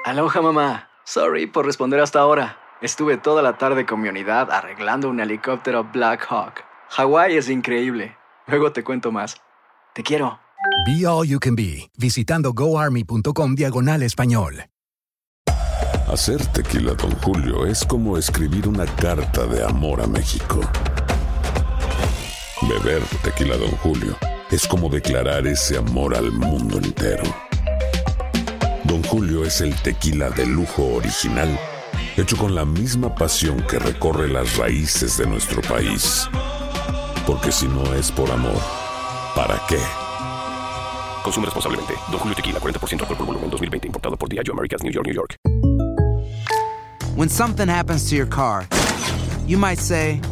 Aloha, mamá. Sorry por responder hasta ahora. Estuve toda la tarde con mi unidad arreglando un helicóptero Black Hawk. Hawái es increíble. Luego te cuento más. Te quiero. Be All You Can Be, visitando goarmy.com/español. Hacer tequila Don Julio es como escribir una carta de amor a México. Beber tequila Don Julio es como declarar ese amor al mundo entero. Don Julio es el tequila de lujo original, hecho con la misma pasión que recorre las raíces de nuestro país. Porque si no es por amor, ¿para qué? Consume responsablemente. Don Julio Tequila, 40% alcohol por volumen, 2020. Importado por Diageo Americas, New York, New York. When something happens to your car, you might say,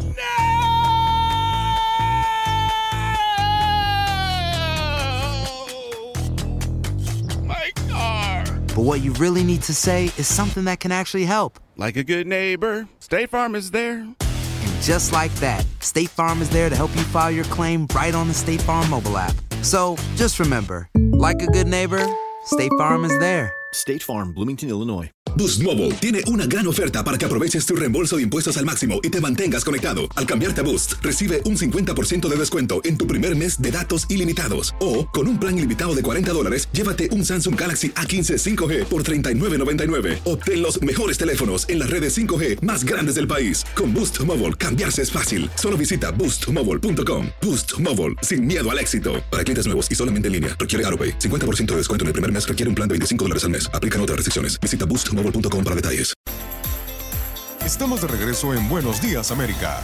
but what you really need to say is something that can actually help. Like a good neighbor, State Farm is there. And just like that, State Farm is there to help you file your claim right on the State Farm mobile app. So just remember, like a good neighbor, State Farm is there. State Farm, Bloomington, Illinois. Boost Mobile tiene una gran oferta para que aproveches tu reembolso de impuestos al máximo y te mantengas conectado. Al cambiarte a Boost, recibe un 50% de descuento en tu primer mes de datos ilimitados. O, con un plan ilimitado de $40, llévate un Samsung Galaxy A15 5G por $39.99. Obtén los mejores teléfonos en las redes 5G más grandes del país. Con Boost Mobile, cambiarse es fácil. Solo visita boostmobile.com. Boost Mobile, sin miedo al éxito. Para clientes nuevos y solamente en línea, requiere AutoPay. 50% de descuento en el primer mes requiere un plan de $25 al mes. Aplican otras restricciones. Visita boostmobile.com para detalles. Estamos de regreso en Buenos Días, América.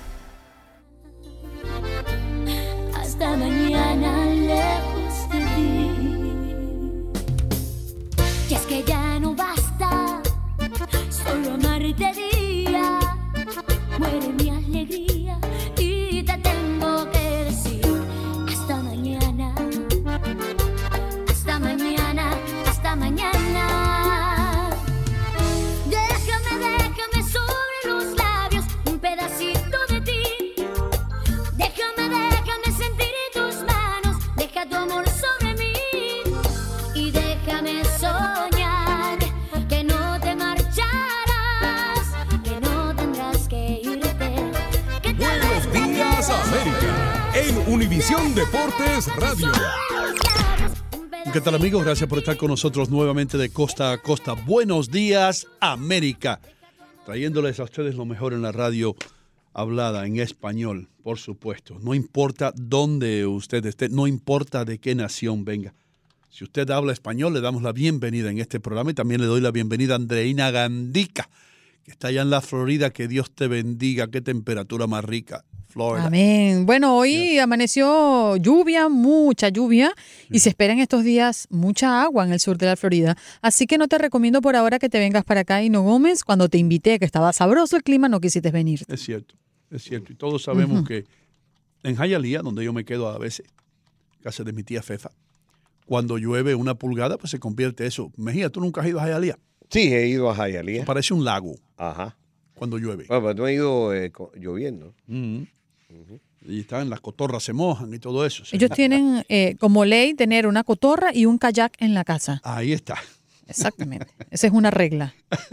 Hasta mañana lejos de ti. Y es que ya no basta solo amarte día. Muere mi alegría y te tengo que decir hasta mañana. Hasta mañana, hasta mañana. Tu amor sobre mí y déjame soñar que no te marcharás, que no tendrás que irte. Que Buenos Días, América, en Univisión Deportes Radio. ¿Qué tal, amigos? Gracias por estar con nosotros nuevamente de costa a costa. Buenos Días, América, trayéndoles a ustedes lo mejor en la radio hablada en español, por supuesto. No importa dónde usted esté, no importa de qué nación venga. Si usted habla español, le damos la bienvenida en este programa y también le doy la bienvenida a Andreina Gandica, que está allá en la Florida. Que Dios te bendiga. Qué temperatura más rica, Florida. Amén. Bueno, hoy amaneció lluvia, mucha lluvia, y se espera en estos días mucha agua en el sur de la Florida. Así que no te recomiendo por ahora que te vengas para acá, Hino Gómez. Cuando te invité, que estaba sabroso el clima, no quisiste venir. Es cierto. Es cierto, y todos sabemos que en Hialeah, donde yo me quedo a veces, casa de mi tía Fefa, cuando llueve una pulgada, pues se convierte eso. Mejía, ¿tú nunca has ido a Hialeah? Sí, he ido a Hialeah. Parece un lago. Ajá. Cuando llueve. Bueno, pero no he ido lloviendo. Y están, las cotorras se mojan y todo eso. Ellos tienen como ley tener una cotorra y un kayak en la casa. Ahí está. Exactamente. Esa es una regla.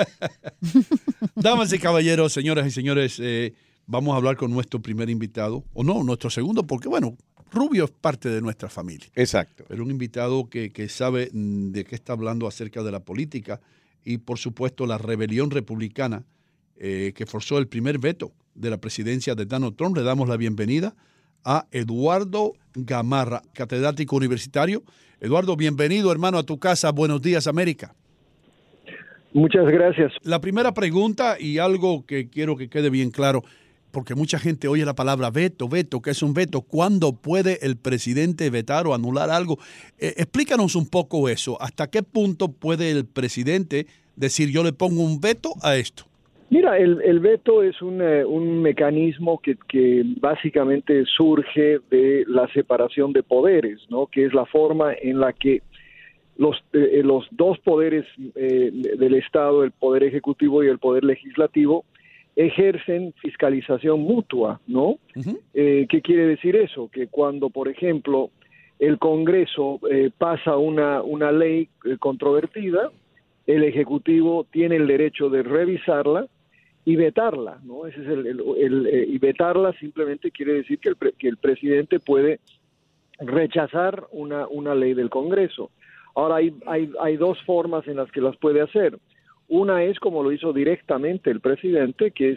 Damas y caballeros, señoras y señores, vamos a hablar con nuestro primer invitado, o no, nuestro segundo, porque bueno, Rubio es parte de nuestra familia. Exacto. Pero un invitado que sabe de qué está hablando acerca de la política y, por supuesto, la rebelión republicana que forzó el primer veto de la presidencia de Donald Trump. Le damos la bienvenida a Eduardo Gamarra, catedrático universitario. Eduardo, bienvenido, hermano, a tu casa. Buenos días, América. Muchas gracias. La primera pregunta, y algo que quiero que quede bien claro, porque mucha gente oye la palabra veto, ¿qué es un veto? ¿Cuándo puede el presidente vetar o anular algo? Explícanos un poco eso. ¿Hasta qué punto puede el presidente decir yo le pongo un veto a esto? Mira, el veto es un mecanismo que básicamente surge de la separación de poderes, ¿no? Que es la forma en la que los dos poderes del Estado, el poder ejecutivo y el poder legislativo, ejercen fiscalización mutua, ¿no? Uh-huh. ¿Qué quiere decir eso? Que cuando, por ejemplo, el Congreso pasa una ley controvertida, el Ejecutivo tiene el derecho de revisarla y vetarla, ¿no? Ese es y vetarla simplemente quiere decir que el presidente puede rechazar una ley del Congreso. Ahora hay dos formas en las que las puede hacer. Una es como lo hizo directamente el presidente, que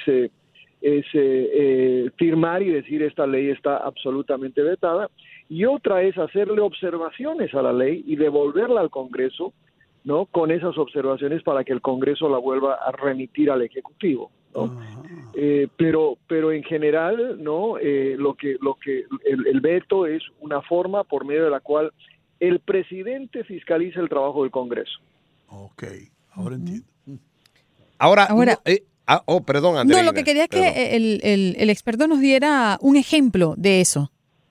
es firmar y decir esta ley está absolutamente vetada, y otra es hacerle observaciones a la ley y devolverla al Congreso, ¿no? Con esas observaciones para que el Congreso la vuelva a remitir al Ejecutivo, ¿no? Pero en general, ¿no? El veto es una forma por medio de la cual el presidente fiscaliza el trabajo del Congreso. Ok, ahora entiendo. Ahora perdón, Andreina. No, lo que quería es que el experto nos diera un ejemplo de eso.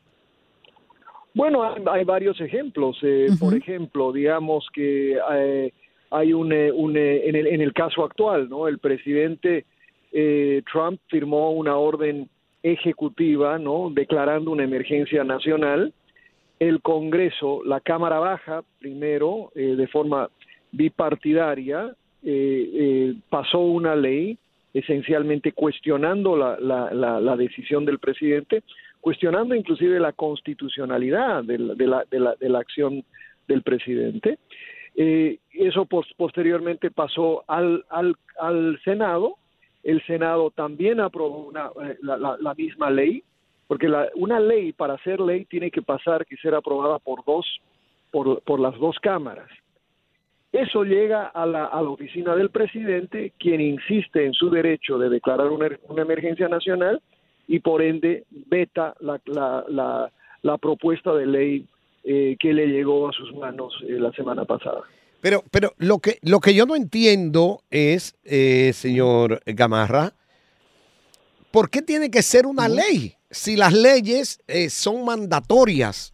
Bueno, hay varios ejemplos. Por ejemplo, digamos que hay en el caso actual, ¿no? El presidente Trump firmó una orden ejecutiva, ¿no? Declarando una emergencia nacional. El Congreso, la Cámara Baja, primero, de forma bipartidaria, pasó una ley esencialmente cuestionando la decisión del presidente, cuestionando inclusive la constitucionalidad de la acción del presidente. Eso posteriormente pasó al Senado. El Senado también aprobó la misma ley, porque una ley, para ser ley, tiene que ser aprobada por las dos cámaras. Eso llega a la oficina del presidente, quien insiste en su derecho de declarar una emergencia nacional y por ende veta la propuesta de ley que le llegó a sus manos la semana pasada. Pero lo que yo no entiendo es, señor Gamarra, ¿por qué tiene que ser una ley? Si las leyes son mandatorias,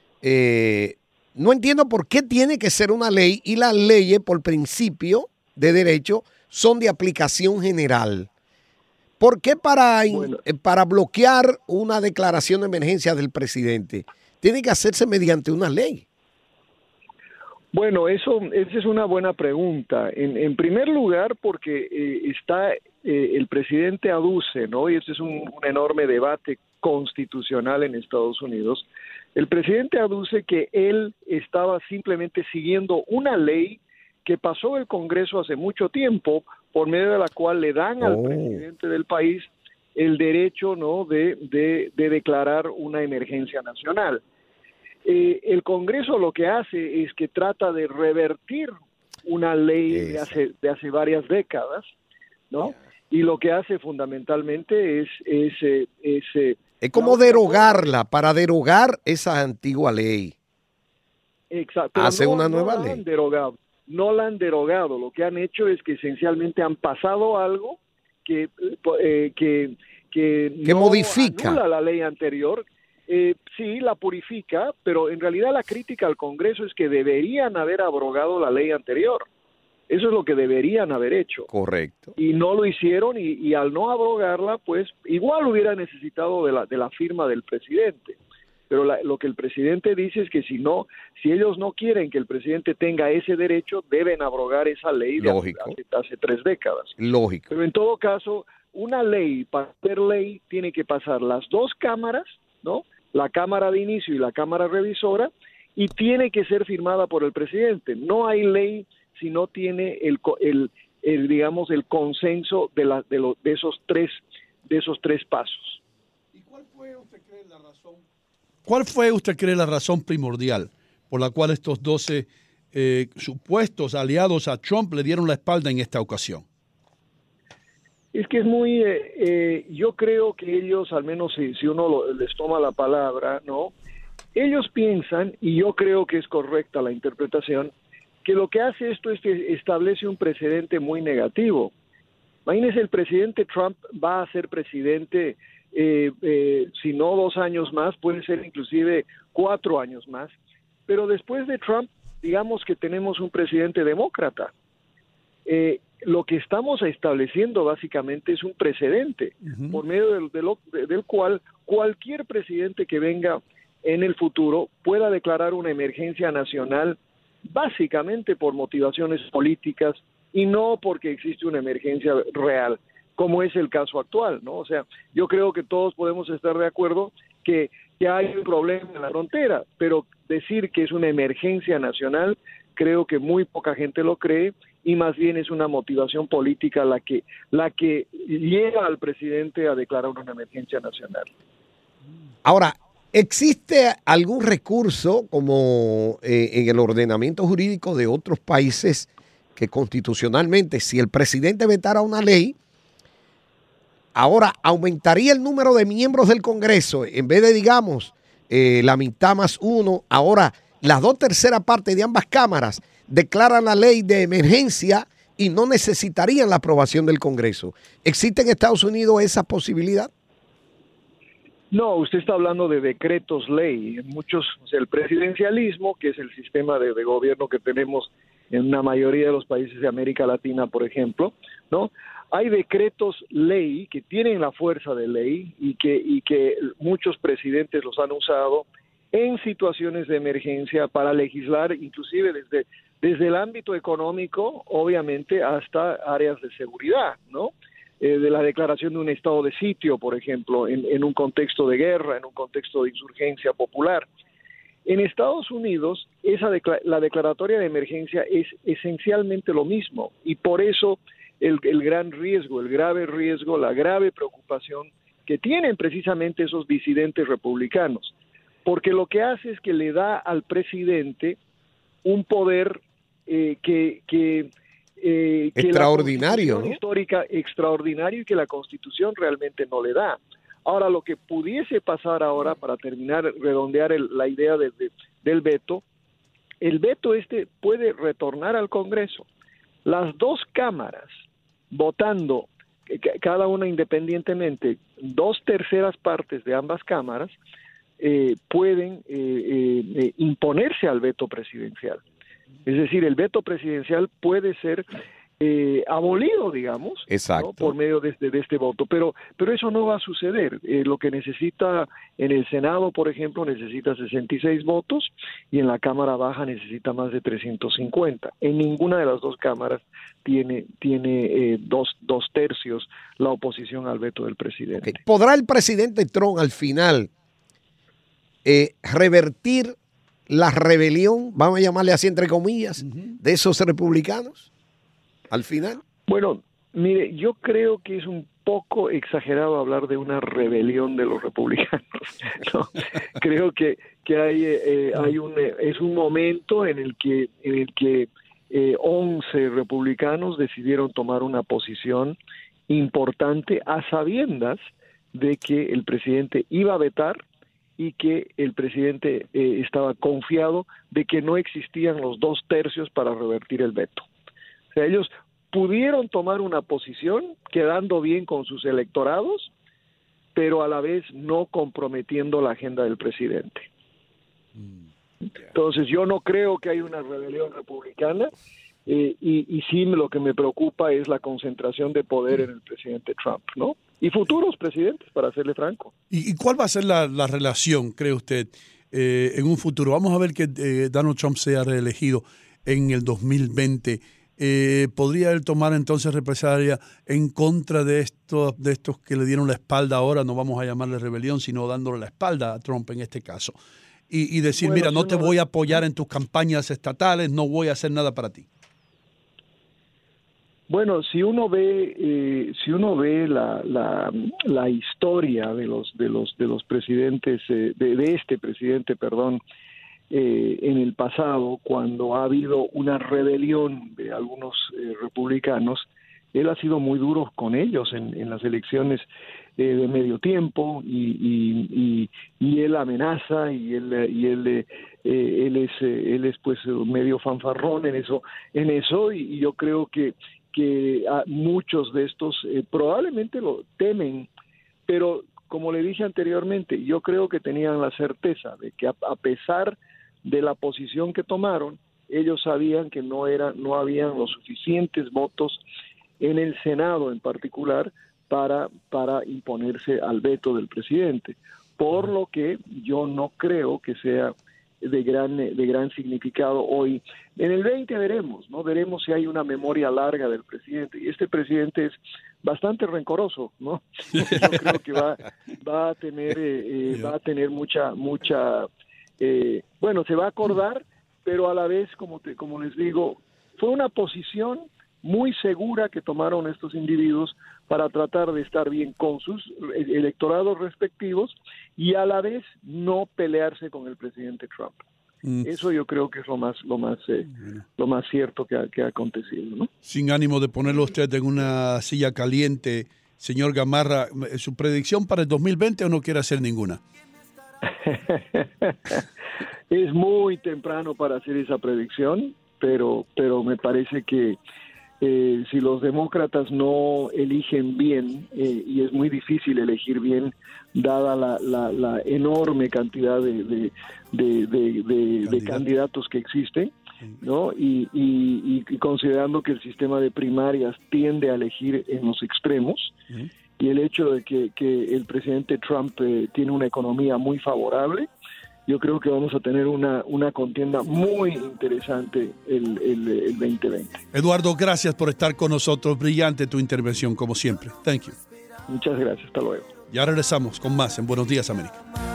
no entiendo por qué tiene que ser una ley, y las leyes, por principio de derecho, son de aplicación general. ¿Por qué para bloquear una declaración de emergencia del presidente tiene que hacerse mediante una ley? Bueno, esa es una buena pregunta. En primer lugar, porque el presidente aduce, ¿no? Y este es un enorme debate constitucional en Estados Unidos. El presidente aduce que él estaba simplemente siguiendo una ley que pasó el Congreso hace mucho tiempo, por medio de la cual le dan al presidente del país el derecho, ¿no? de declarar una emergencia nacional. El Congreso lo que hace es que trata de revertir una ley de hace varias décadas, ¿no? Y lo que hace fundamentalmente es como derogarla, para derogar esa antigua ley. Exacto. Hace una nueva ley. No la han derogado. Lo que han hecho es que esencialmente han pasado algo que no modifica, anula la ley anterior. Sí, la purifica, pero en realidad la crítica al Congreso es que deberían haber abrogado la ley anterior. Eso es lo que deberían haber hecho. Correcto. Y no lo hicieron, y al no abrogarla, pues igual hubiera necesitado de la firma del presidente. Pero lo que el presidente dice es que si ellos no quieren que el presidente tenga ese derecho, deben abrogar esa ley de hace 3 décadas. Lógico. Pero en todo caso, una ley, para ser ley, tiene que pasar las dos cámaras, ¿no? La Cámara de Inicio y la Cámara Revisora, y tiene que ser firmada por el presidente. No hay ley si no tiene el consenso de esos tres pasos. ¿Y cuál fue, usted cree, la razón primordial por la cual estos 12 supuestos aliados a Trump le dieron la espalda en esta ocasión? Es que es muy, yo creo que ellos, al menos si uno les toma la palabra, ¿no? Ellos piensan, y yo creo que es correcta la interpretación, que lo que hace esto es que establece un precedente muy negativo. Imagínense, el presidente Trump va a ser presidente, si no 2 años más, puede ser inclusive 4 años más, pero después de Trump, digamos que tenemos un presidente demócrata. Lo que estamos estableciendo básicamente es un precedente, por medio del cual cualquier presidente que venga en el futuro pueda declarar una emergencia nacional básicamente por motivaciones políticas y no porque existe una emergencia real, como es el caso actual, ¿no? O sea, yo creo que todos podemos estar de acuerdo que hay un problema en la frontera, pero decir que es una emergencia nacional, creo que muy poca gente lo cree, y más bien es una motivación política la que lleva al presidente a declarar una emergencia nacional. Ahora, ¿existe algún recurso como en el ordenamiento jurídico de otros países que constitucionalmente, si el presidente vetara una ley, ahora aumentaría el número de miembros del Congreso, en vez de, digamos, la mitad más uno, ahora las 2/3 partes de ambas cámaras declaran la ley de emergencia y no necesitarían la aprobación del Congreso? ¿Existe en Estados Unidos esa posibilidad? No, usted está hablando de decretos ley. En muchos, o sea, el presidencialismo, que es el sistema de gobierno que tenemos en una mayoría de los países de América Latina, por ejemplo, ¿no? Hay decretos ley que tienen la fuerza de ley y que muchos presidentes los han usado en situaciones de emergencia para legislar, inclusive desde el ámbito económico, obviamente, hasta áreas de seguridad, ¿no? De la declaración de un estado de sitio, por ejemplo, en un contexto de guerra, en un contexto de insurgencia popular. En Estados Unidos, la declaratoria de emergencia es esencialmente lo mismo, y por eso el gran riesgo, el grave riesgo, la grave preocupación que tienen precisamente esos disidentes republicanos, porque lo que hace es que le da al presidente un poder extraordinario, que la ¿no? Histórica extraordinario, y que la Constitución realmente no le da. Ahora, lo que pudiese pasar ahora, para terminar, redondear la idea del veto, el veto puede retornar al Congreso. Las dos cámaras, votando cada una independientemente, 2/3 partes de ambas cámaras, pueden imponerse al veto presidencial. Es decir, el veto presidencial puede ser abolido, digamos, ¿no? Por medio de este voto, pero eso no va a suceder. Lo que necesita en el Senado, por ejemplo, necesita 66 votos, y en la Cámara Baja necesita más de 350. En ninguna de las dos cámaras tiene 2/3 la oposición al veto del presidente. Okay. ¿Podrá el presidente Trump al final revertir la rebelión, vamos a llamarle así entre comillas, de esos republicanos al final? Bueno, mire, yo creo que es un poco exagerado hablar de una rebelión de los republicanos, ¿no? Creo que es un momento en el que 11 republicanos decidieron tomar una posición importante a sabiendas de que el presidente iba a vetar y que el presidente estaba confiado de que no existían los 2/3 para revertir el veto. O sea, ellos pudieron tomar una posición quedando bien con sus electorados, pero a la vez no comprometiendo la agenda del presidente. Entonces, yo no creo que haya una rebelión republicana, y sí, lo que me preocupa es la concentración de poder en el presidente Trump, ¿no? Y futuros presidentes, para serle franco. ¿Y cuál va a ser la relación, cree usted, en un futuro? Vamos a ver que Donald Trump sea reelegido en el 2020. ¿Podría él tomar entonces represalia en contra de estos que le dieron la espalda ahora? No vamos a llamarle rebelión, sino dándole la espalda a Trump en este caso. Y decir, bueno, mira, no te voy a apoyar en tus campañas estatales, no voy a hacer nada para ti. Bueno, si uno ve la historia de los presidentes, de este presidente, en el pasado, cuando ha habido una rebelión de algunos republicanos, él ha sido muy duro con ellos en las elecciones de medio tiempo, y él amenaza, y él es pues medio fanfarrón en eso, y yo creo que a muchos de estos probablemente lo temen, pero como le dije anteriormente, yo creo que tenían la certeza de que a pesar de la posición que tomaron, ellos sabían que no habían los suficientes votos en el Senado en particular para imponerse al veto del presidente, por lo que yo no creo que sea de gran significado hoy. En el 20 veremos, ¿no? Veremos si hay una memoria larga del presidente. Y este presidente es bastante rencoroso, ¿no? Yo creo que va a tener mucha bueno, se va a acordar, pero a la vez, como les digo, fue una posición muy segura que tomaron estos individuos para tratar de estar bien con sus electorados respectivos y a la vez no pelearse con el presidente Trump. Eso yo creo que es lo más cierto que ha acontecido, ¿no? Sin ánimo de ponerlo usted en una silla caliente, señor Gamarra, ¿su predicción para el 2020 o no quiere hacer ninguna? Es muy temprano para hacer esa predicción, pero me parece que si los demócratas no eligen bien, y es muy difícil elegir bien dada la enorme cantidad de candidatos que existen, ¿no? Y considerando que el sistema de primarias tiende a elegir en los extremos, y el hecho de que el presidente Trump tiene una economía muy favorable, yo creo que vamos a tener una contienda muy interesante el 2020. Eduardo, gracias por estar con nosotros. Brillante tu intervención, como siempre. Thank you. Muchas gracias. Hasta luego. Ya regresamos con más en Buenos Días, América.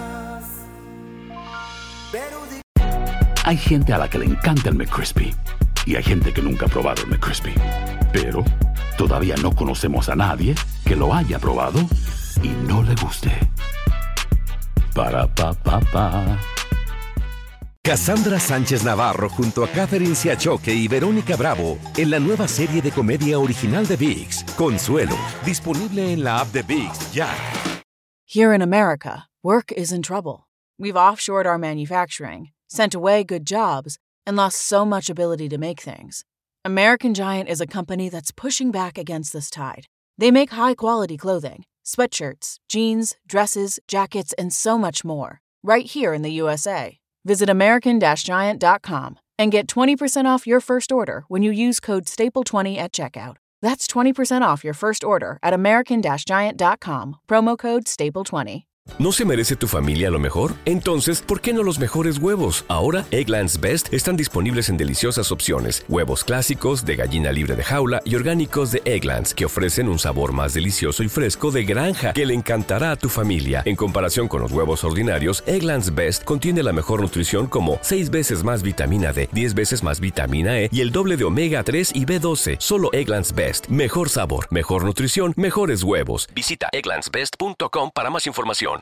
Hay gente a la que le encanta el McCrispy y hay gente que nunca ha probado el McCrispy. Pero todavía no conocemos a nadie que lo haya probado y no le guste. Para pa pa pa. Cassandra Sánchez Navarro junto a Catherine Siachoque y Verónica Bravo en la nueva serie de comedia original de ViX, Consuelo, disponible en la app de ViX ya. Here in America, work is in trouble. We've offshored our manufacturing, sent away good jobs, and lost so much ability to make things. American Giant is a company that's pushing back against this tide. They make high-quality clothing, sweatshirts, jeans, dresses, jackets, and so much more, right here in the USA. Visit American-Giant.com and get 20% off your first order when you use code STAPLE20 at checkout. That's 20% off your first order at American-Giant.com, promo code STAPLE20. ¿No se merece tu familia lo mejor? Entonces, ¿por qué no los mejores huevos? Ahora, Eggland's Best están disponibles en deliciosas opciones. Huevos clásicos, de gallina libre de jaula y orgánicos de Eggland's, que ofrecen un sabor más delicioso y fresco de granja que le encantará a tu familia. En comparación con los huevos ordinarios, Eggland's Best contiene la mejor nutrición como 6 veces más vitamina D, 10 veces más vitamina E y el doble de omega 3 y B12. Solo Eggland's Best. Mejor sabor, mejor nutrición, mejores huevos. Visita egglandsbest.com para más información.